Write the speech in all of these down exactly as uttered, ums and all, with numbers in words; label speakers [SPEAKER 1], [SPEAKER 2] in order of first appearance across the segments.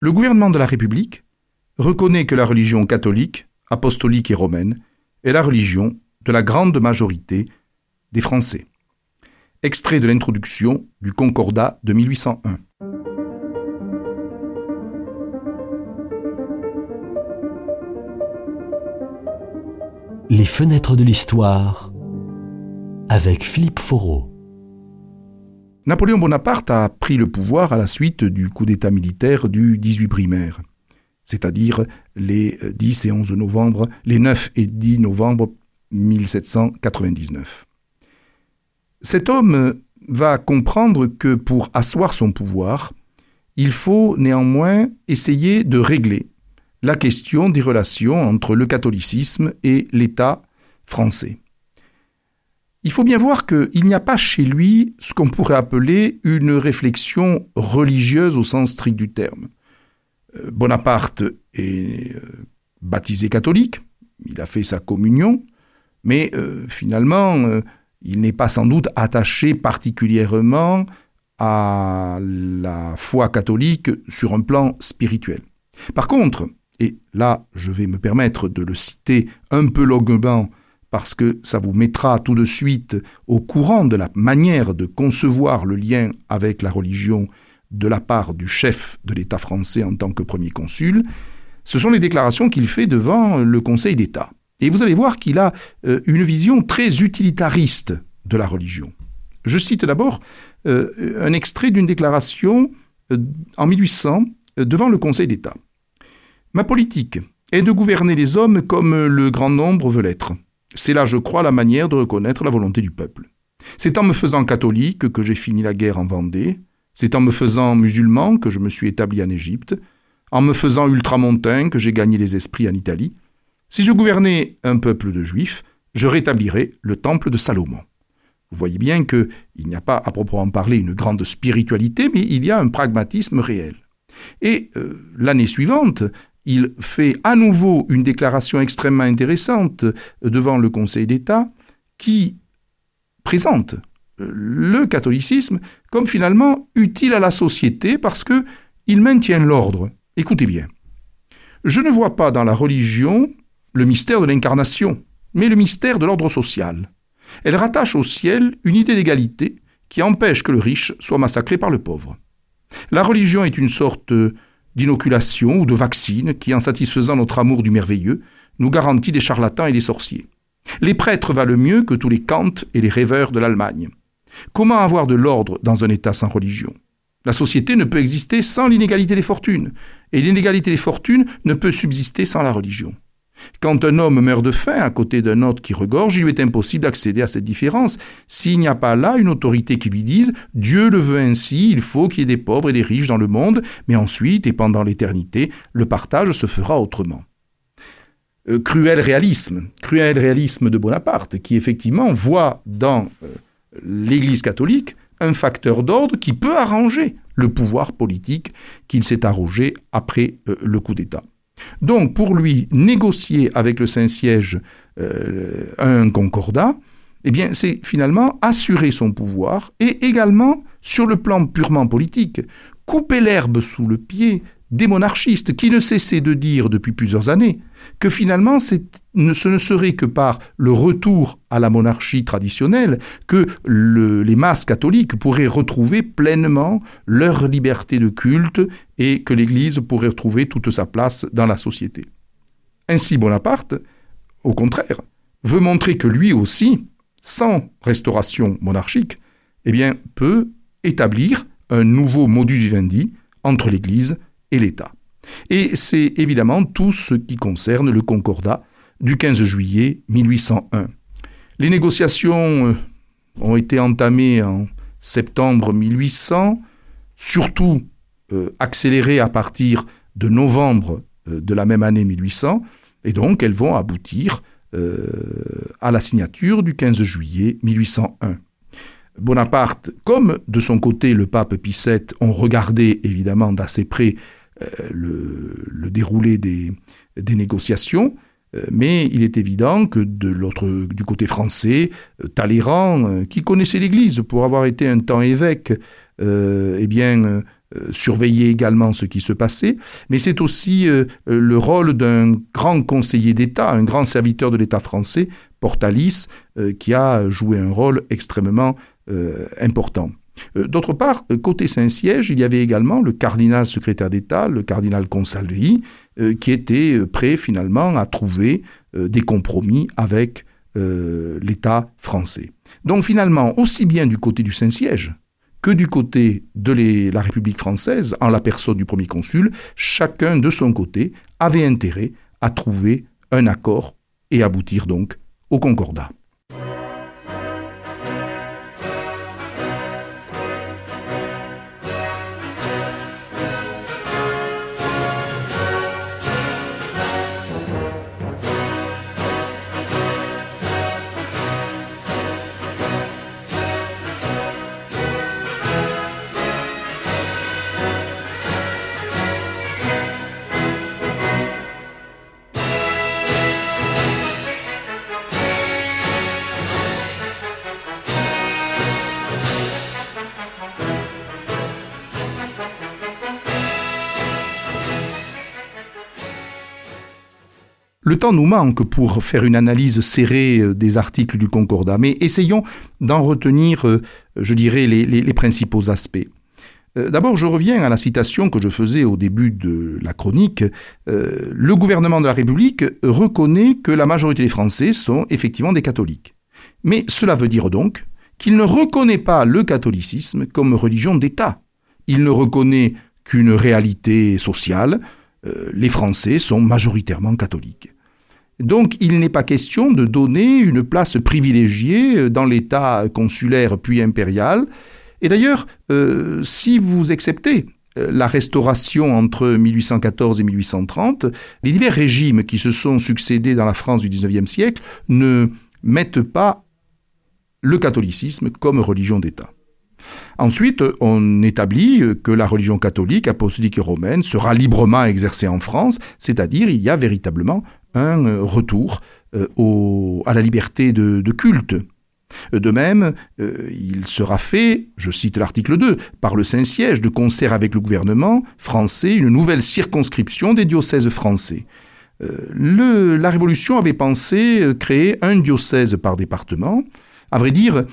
[SPEAKER 1] Le gouvernement de la République reconnaît que la religion catholique, apostolique et romaine est la religion de la grande majorité des Français. Extrait de l'introduction du Concordat de mille huit cent un.
[SPEAKER 2] Les fenêtres de l'histoire avec Philippe Foreau.
[SPEAKER 1] Napoléon Bonaparte a pris le pouvoir à la suite du coup d'État militaire du dix-huit Brumaire, c'est-à-dire les dix et onze novembre, les neuf et dix novembre mille sept cent quatre-vingt-dix-neuf. Cet homme va comprendre que pour asseoir son pouvoir, il faut néanmoins essayer de régler la question des relations entre le catholicisme et l'État français. Il faut bien voir qu'il n'y a pas chez lui ce qu'on pourrait appeler une réflexion religieuse au sens strict du terme. Bonaparte est baptisé catholique, il a fait sa communion, mais euh, finalement, euh, il n'est pas sans doute attaché particulièrement à la foi catholique sur un plan spirituel. Par contre, et là je vais me permettre de le citer un peu longuement, parce que ça vous mettra tout de suite au courant de la manière de concevoir le lien avec la religion de la part du chef de l'État français en tant que premier consul, ce sont les déclarations qu'il fait devant le Conseil d'État. Et vous allez voir qu'il a euh, une vision très utilitariste de la religion. Je cite d'abord euh, un extrait d'une déclaration euh, en mille huit cents euh, devant le Conseil d'État. « Ma politique est de gouverner les hommes comme le grand nombre veut l'être. C'est là, je crois, la manière de reconnaître la volonté du peuple. C'est en me faisant catholique que j'ai fini la guerre en Vendée. C'est en me faisant musulman que je me suis établi en Égypte. En me faisant ultramontain que j'ai gagné les esprits en Italie. Si je gouvernais un peuple de juifs, je rétablirais le temple de Salomon. » Vous voyez bien qu'il n'y a pas à proprement parler une grande spiritualité, mais il y a un pragmatisme réel. Et euh, l'année suivante, il fait à nouveau une déclaration extrêmement intéressante devant le Conseil d'État qui présente le catholicisme comme finalement utile à la société parce qu'il maintient l'ordre. Écoutez bien. « Je ne vois pas dans la religion le mystère de l'incarnation, mais le mystère de l'ordre social. Elle rattache au ciel une idée d'égalité qui empêche que le riche soit massacré par le pauvre. La religion est une sorte d'inoculation ou de vaccine qui, en satisfaisant notre amour du merveilleux, nous garantit des charlatans et des sorciers. Les prêtres valent mieux que tous les Kant et les rêveurs de l'Allemagne. Comment avoir de l'ordre dans un État sans religion ? La société ne peut exister sans l'inégalité des fortunes, et l'inégalité des fortunes ne peut subsister sans la religion. Quand un homme meurt de faim à côté d'un autre qui regorge, il lui est impossible d'accéder à cette différence. S'il n'y a pas là une autorité qui lui dise « Dieu le veut ainsi, il faut qu'il y ait des pauvres et des riches dans le monde, mais ensuite et pendant l'éternité, le partage se fera autrement. » Euh, cruel réalisme, cruel réalisme de Bonaparte, qui effectivement voit dans euh, l'Église catholique un facteur d'ordre qui peut arranger le pouvoir politique qu'il s'est arrogé après euh, le coup d'État. Donc, pour lui, négocier avec le Saint-Siège euh, un concordat, eh bien, c'est finalement assurer son pouvoir et également, sur le plan purement politique, couper l'herbe sous le pied des monarchistes qui ne cessaient de dire depuis plusieurs années que finalement c'est, ne, ce ne serait que par le retour à la monarchie traditionnelle que le, les masses catholiques pourraient retrouver pleinement leur liberté de culte et que l'Église pourrait retrouver toute sa place dans la société. Ainsi Bonaparte, au contraire, veut montrer que lui aussi, sans restauration monarchique, eh bien, peut établir un nouveau modus vivendi entre l'Église et l'État. Et c'est évidemment tout ce qui concerne le Concordat du quinze juillet mille huit cent un. Les négociations ont été entamées en septembre mille huit cents, surtout euh, accélérées à partir de novembre euh, de la même année mille huit cents, et donc elles vont aboutir euh, à la signature du quinze juillet mille huit cent un. Bonaparte, comme de son côté le pape Pie sept, ont regardé évidemment d'assez près euh, le, le déroulé des, des négociations, euh, mais il est évident que de l'autre, du côté français, euh, Talleyrand, euh, qui connaissait l'Église pour avoir été un temps évêque, euh, eh bien, euh, surveiller également ce qui se passait, mais c'est aussi euh, le rôle d'un grand conseiller d'État, un grand serviteur de l'État français, Portalis, euh, qui a joué un rôle extrêmement euh, important. Euh, d'autre part, côté Saint-Siège, il y avait également le cardinal secrétaire d'État, le cardinal Consalvi, euh, qui était prêt finalement à trouver euh, des compromis avec euh, l'État français. Donc finalement, aussi bien du côté du Saint-Siège que du côté de les, la République française, en la personne du premier consul, chacun de son côté avait intérêt à trouver un accord et aboutir donc au concordat. Le temps nous manque pour faire une analyse serrée des articles du Concordat, mais essayons d'en retenir, je dirais, les, les, les principaux aspects. D'abord, je reviens à la citation que je faisais au début de la chronique. Euh, le gouvernement de la République reconnaît que la majorité des Français sont effectivement des catholiques. Mais cela veut dire donc qu'il ne reconnaît pas le catholicisme comme religion d'État. Il ne reconnaît qu'une réalité sociale. Euh, les Français sont majoritairement catholiques. Donc, il n'est pas question de donner une place privilégiée dans l'État consulaire puis impérial. Et d'ailleurs, euh, si vous acceptez euh, la restauration entre mille huit cent quatorze et mille huit cent trente, les divers régimes qui se sont succédés dans la France du dix-neuvième siècle ne mettent pas le catholicisme comme religion d'État. Ensuite, on établit que la religion catholique, apostolique et romaine sera librement exercée en France, c'est-à-dire il y a véritablement un retour euh, au, à la liberté de, de culte. De même, euh, il sera fait, je cite l'article deux, par le Saint-Siège, de concert avec le gouvernement français, une nouvelle circonscription des diocèses français. Euh, le, la Révolution avait pensé créer un diocèse par département. À vrai dire,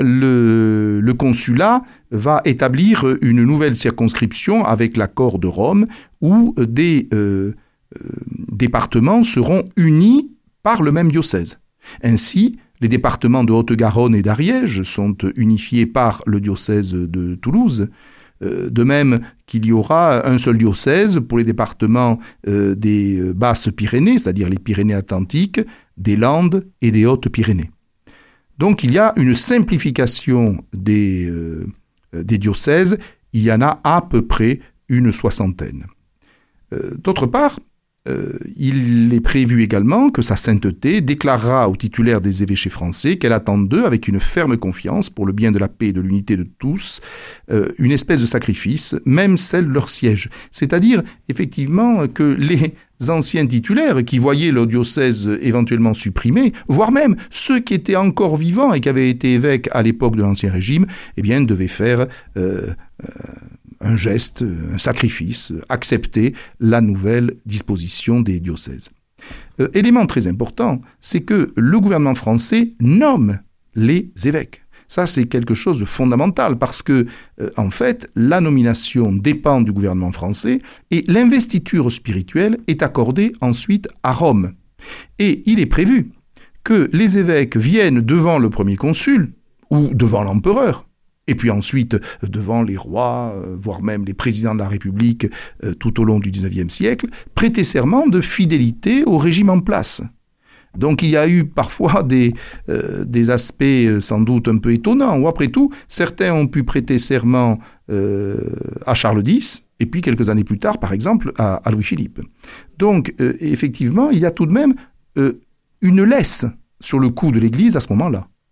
[SPEAKER 1] le, le consulat va établir une nouvelle circonscription avec l'accord de Rome où des euh, euh, départements seront unis par le même diocèse. Ainsi, les départements de Haute-Garonne et d'Ariège sont unifiés par le diocèse de Toulouse. Euh, de même qu'il y aura un seul diocèse pour les départements euh, des Basses-Pyrénées, c'est-à-dire les Pyrénées-Atlantiques, des Landes et des Hautes-Pyrénées. Donc il y a une simplification des, euh, des diocèses, il y en a à peu près une soixantaine. Euh, d'autre part, euh, il est prévu également que sa sainteté déclarera aux titulaires des évêchés français qu'elle attend d'eux, avec une ferme confiance pour le bien de la paix et de l'unité de tous, euh, une espèce de sacrifice, même celle de leur siège. C'est-à-dire effectivement que les anciens titulaires qui voyaient leur diocèse éventuellement supprimé, voire même ceux qui étaient encore vivants et qui avaient été évêques à l'époque de l'Ancien Régime, eh bien, devaient faire euh, euh, un geste, un sacrifice, accepter la nouvelle disposition des diocèses. Euh, élément très important, c'est que le gouvernement français nomme les évêques. Ça, c'est quelque chose de fondamental parce que, euh, en fait, la nomination dépend du gouvernement français et l'investiture spirituelle est accordée ensuite à Rome. Et il est prévu que les évêques viennent devant le premier consul ou devant l'empereur, et puis ensuite devant les rois, euh, voire même les présidents de la République euh, tout au long du dix-neuvième siècle, prêter serment de fidélité au régime en place. Donc il y a eu parfois des, euh, des aspects euh, sans doute un peu étonnants, où après tout, certains ont pu prêter serment euh, à Charles X, et puis quelques années plus tard, par exemple, à, à Louis-Philippe. Donc euh, effectivement, il y a tout de même euh, une laisse sur le coup de l'Église à ce moment-là.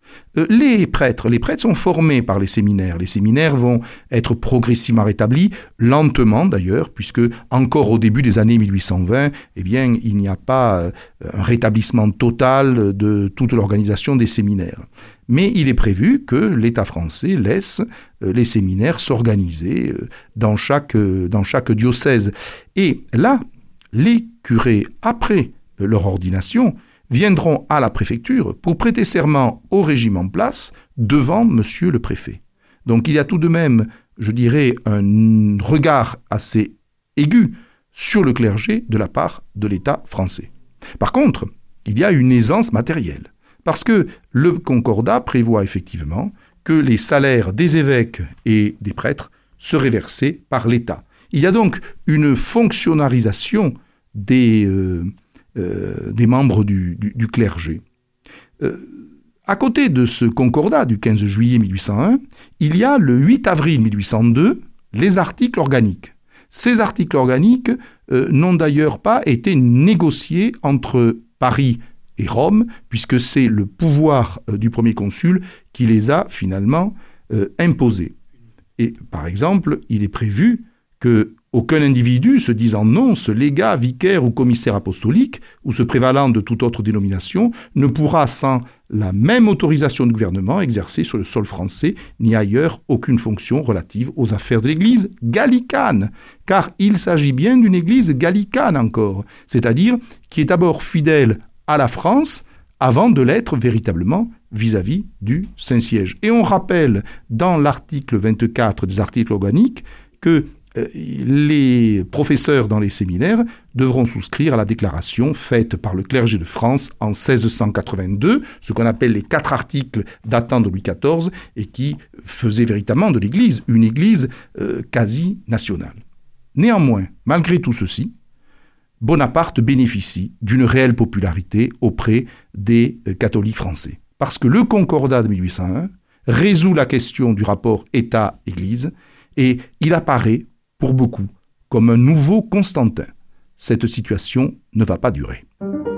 [SPEAKER 1] Euh, les prêtres, les prêtres sont formés par les séminaires. Les séminaires vont être progressivement rétablis, lentement d'ailleurs, puisque encore au début des années mille huit cent vingt, eh bien, il n'y a pas euh, un rétablissement total de toute l'organisation des séminaires. Mais il est prévu que l'État français laisse euh, les séminaires s'organiser euh, dans chaque, euh, dans chaque diocèse. Et là, les curés, après leur ordination, viendront à la préfecture pour prêter serment au régime en place devant monsieur le préfet. Donc il y a tout de même, je dirais, un regard assez aigu sur le clergé de la part de l'État français. Par contre, il y a une aisance matérielle, parce que le concordat prévoit effectivement que les salaires des évêques et des prêtres seraient versés par l'État. Il y a donc une fonctionnalisation des... Euh, Euh, des membres du, du, du clergé. Euh, à côté de ce concordat du quinze juillet mille huit cent un, il y a le huit avril mille huit cent deux les articles organiques. Ces articles organiques euh, n'ont d'ailleurs pas été négociés entre Paris et Rome, puisque c'est le pouvoir euh, du premier consul qui les a finalement euh, imposés. Et par exemple, il est prévu que aucun individu se disant nonce, légat, vicaire ou commissaire apostolique, ou se prévalant de toute autre dénomination, ne pourra, sans la même autorisation du gouvernement, exercer sur le sol français ni ailleurs aucune fonction relative aux affaires de l'Église gallicane, car il s'agit bien d'une Église gallicane encore, c'est-à-dire qui est d'abord fidèle à la France avant de l'être véritablement vis-à-vis du Saint-Siège. Et on rappelle dans l'article vingt-quatre des articles organiques que les professeurs dans les séminaires devront souscrire à la déclaration faite par le clergé de France en seize cent quatre-vingt-deux, ce qu'on appelle les quatre articles datant de Louis quatorze et qui faisaient véritablement de l'Église une Église euh, quasi nationale. Néanmoins, malgré tout ceci, Bonaparte bénéficie d'une réelle popularité auprès des euh, catholiques français, parce que le Concordat de mille huit cent un résout la question du rapport État-Église et il apparaît pour beaucoup comme un nouveau Constantin. Cette situation ne va pas durer.